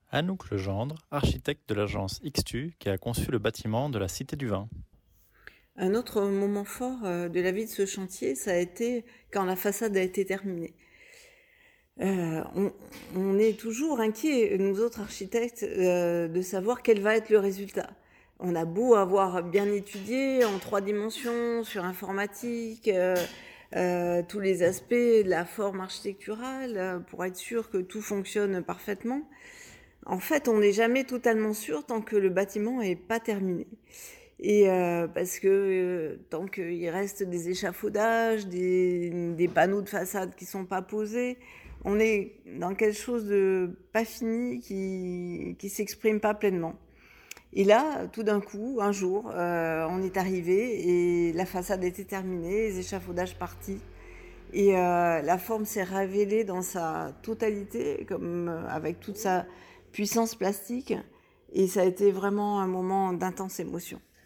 Anouk Legendre, architecte de l'agence XTU qui a conçu le bâtiment de la Cité du Vin. Un autre moment fort de la vie de ce chantier, ça a été quand la façade a été terminée. On est toujours inquiets, nous autres architectes, de savoir quel va être le résultat. On a beau avoir bien étudié en 3 dimensions, sur informatique, tous les aspects de la forme architecturale, pour être sûr que tout fonctionne parfaitement. En fait, on n'est jamais totalement sûr tant que le bâtiment n'est pas terminé. Et parce que tant qu'il reste des échafaudages, des panneaux de façade qui sont pas posés, on est dans quelque chose de pas fini qui s'exprime pas pleinement. Et là, tout d'un coup, un jour, on est arrivé et la façade était terminée, les échafaudages partis. Et la forme s'est révélée dans sa totalité, comme avec toute sa puissance plastique. Et ça a été vraiment un moment d'intense émotion.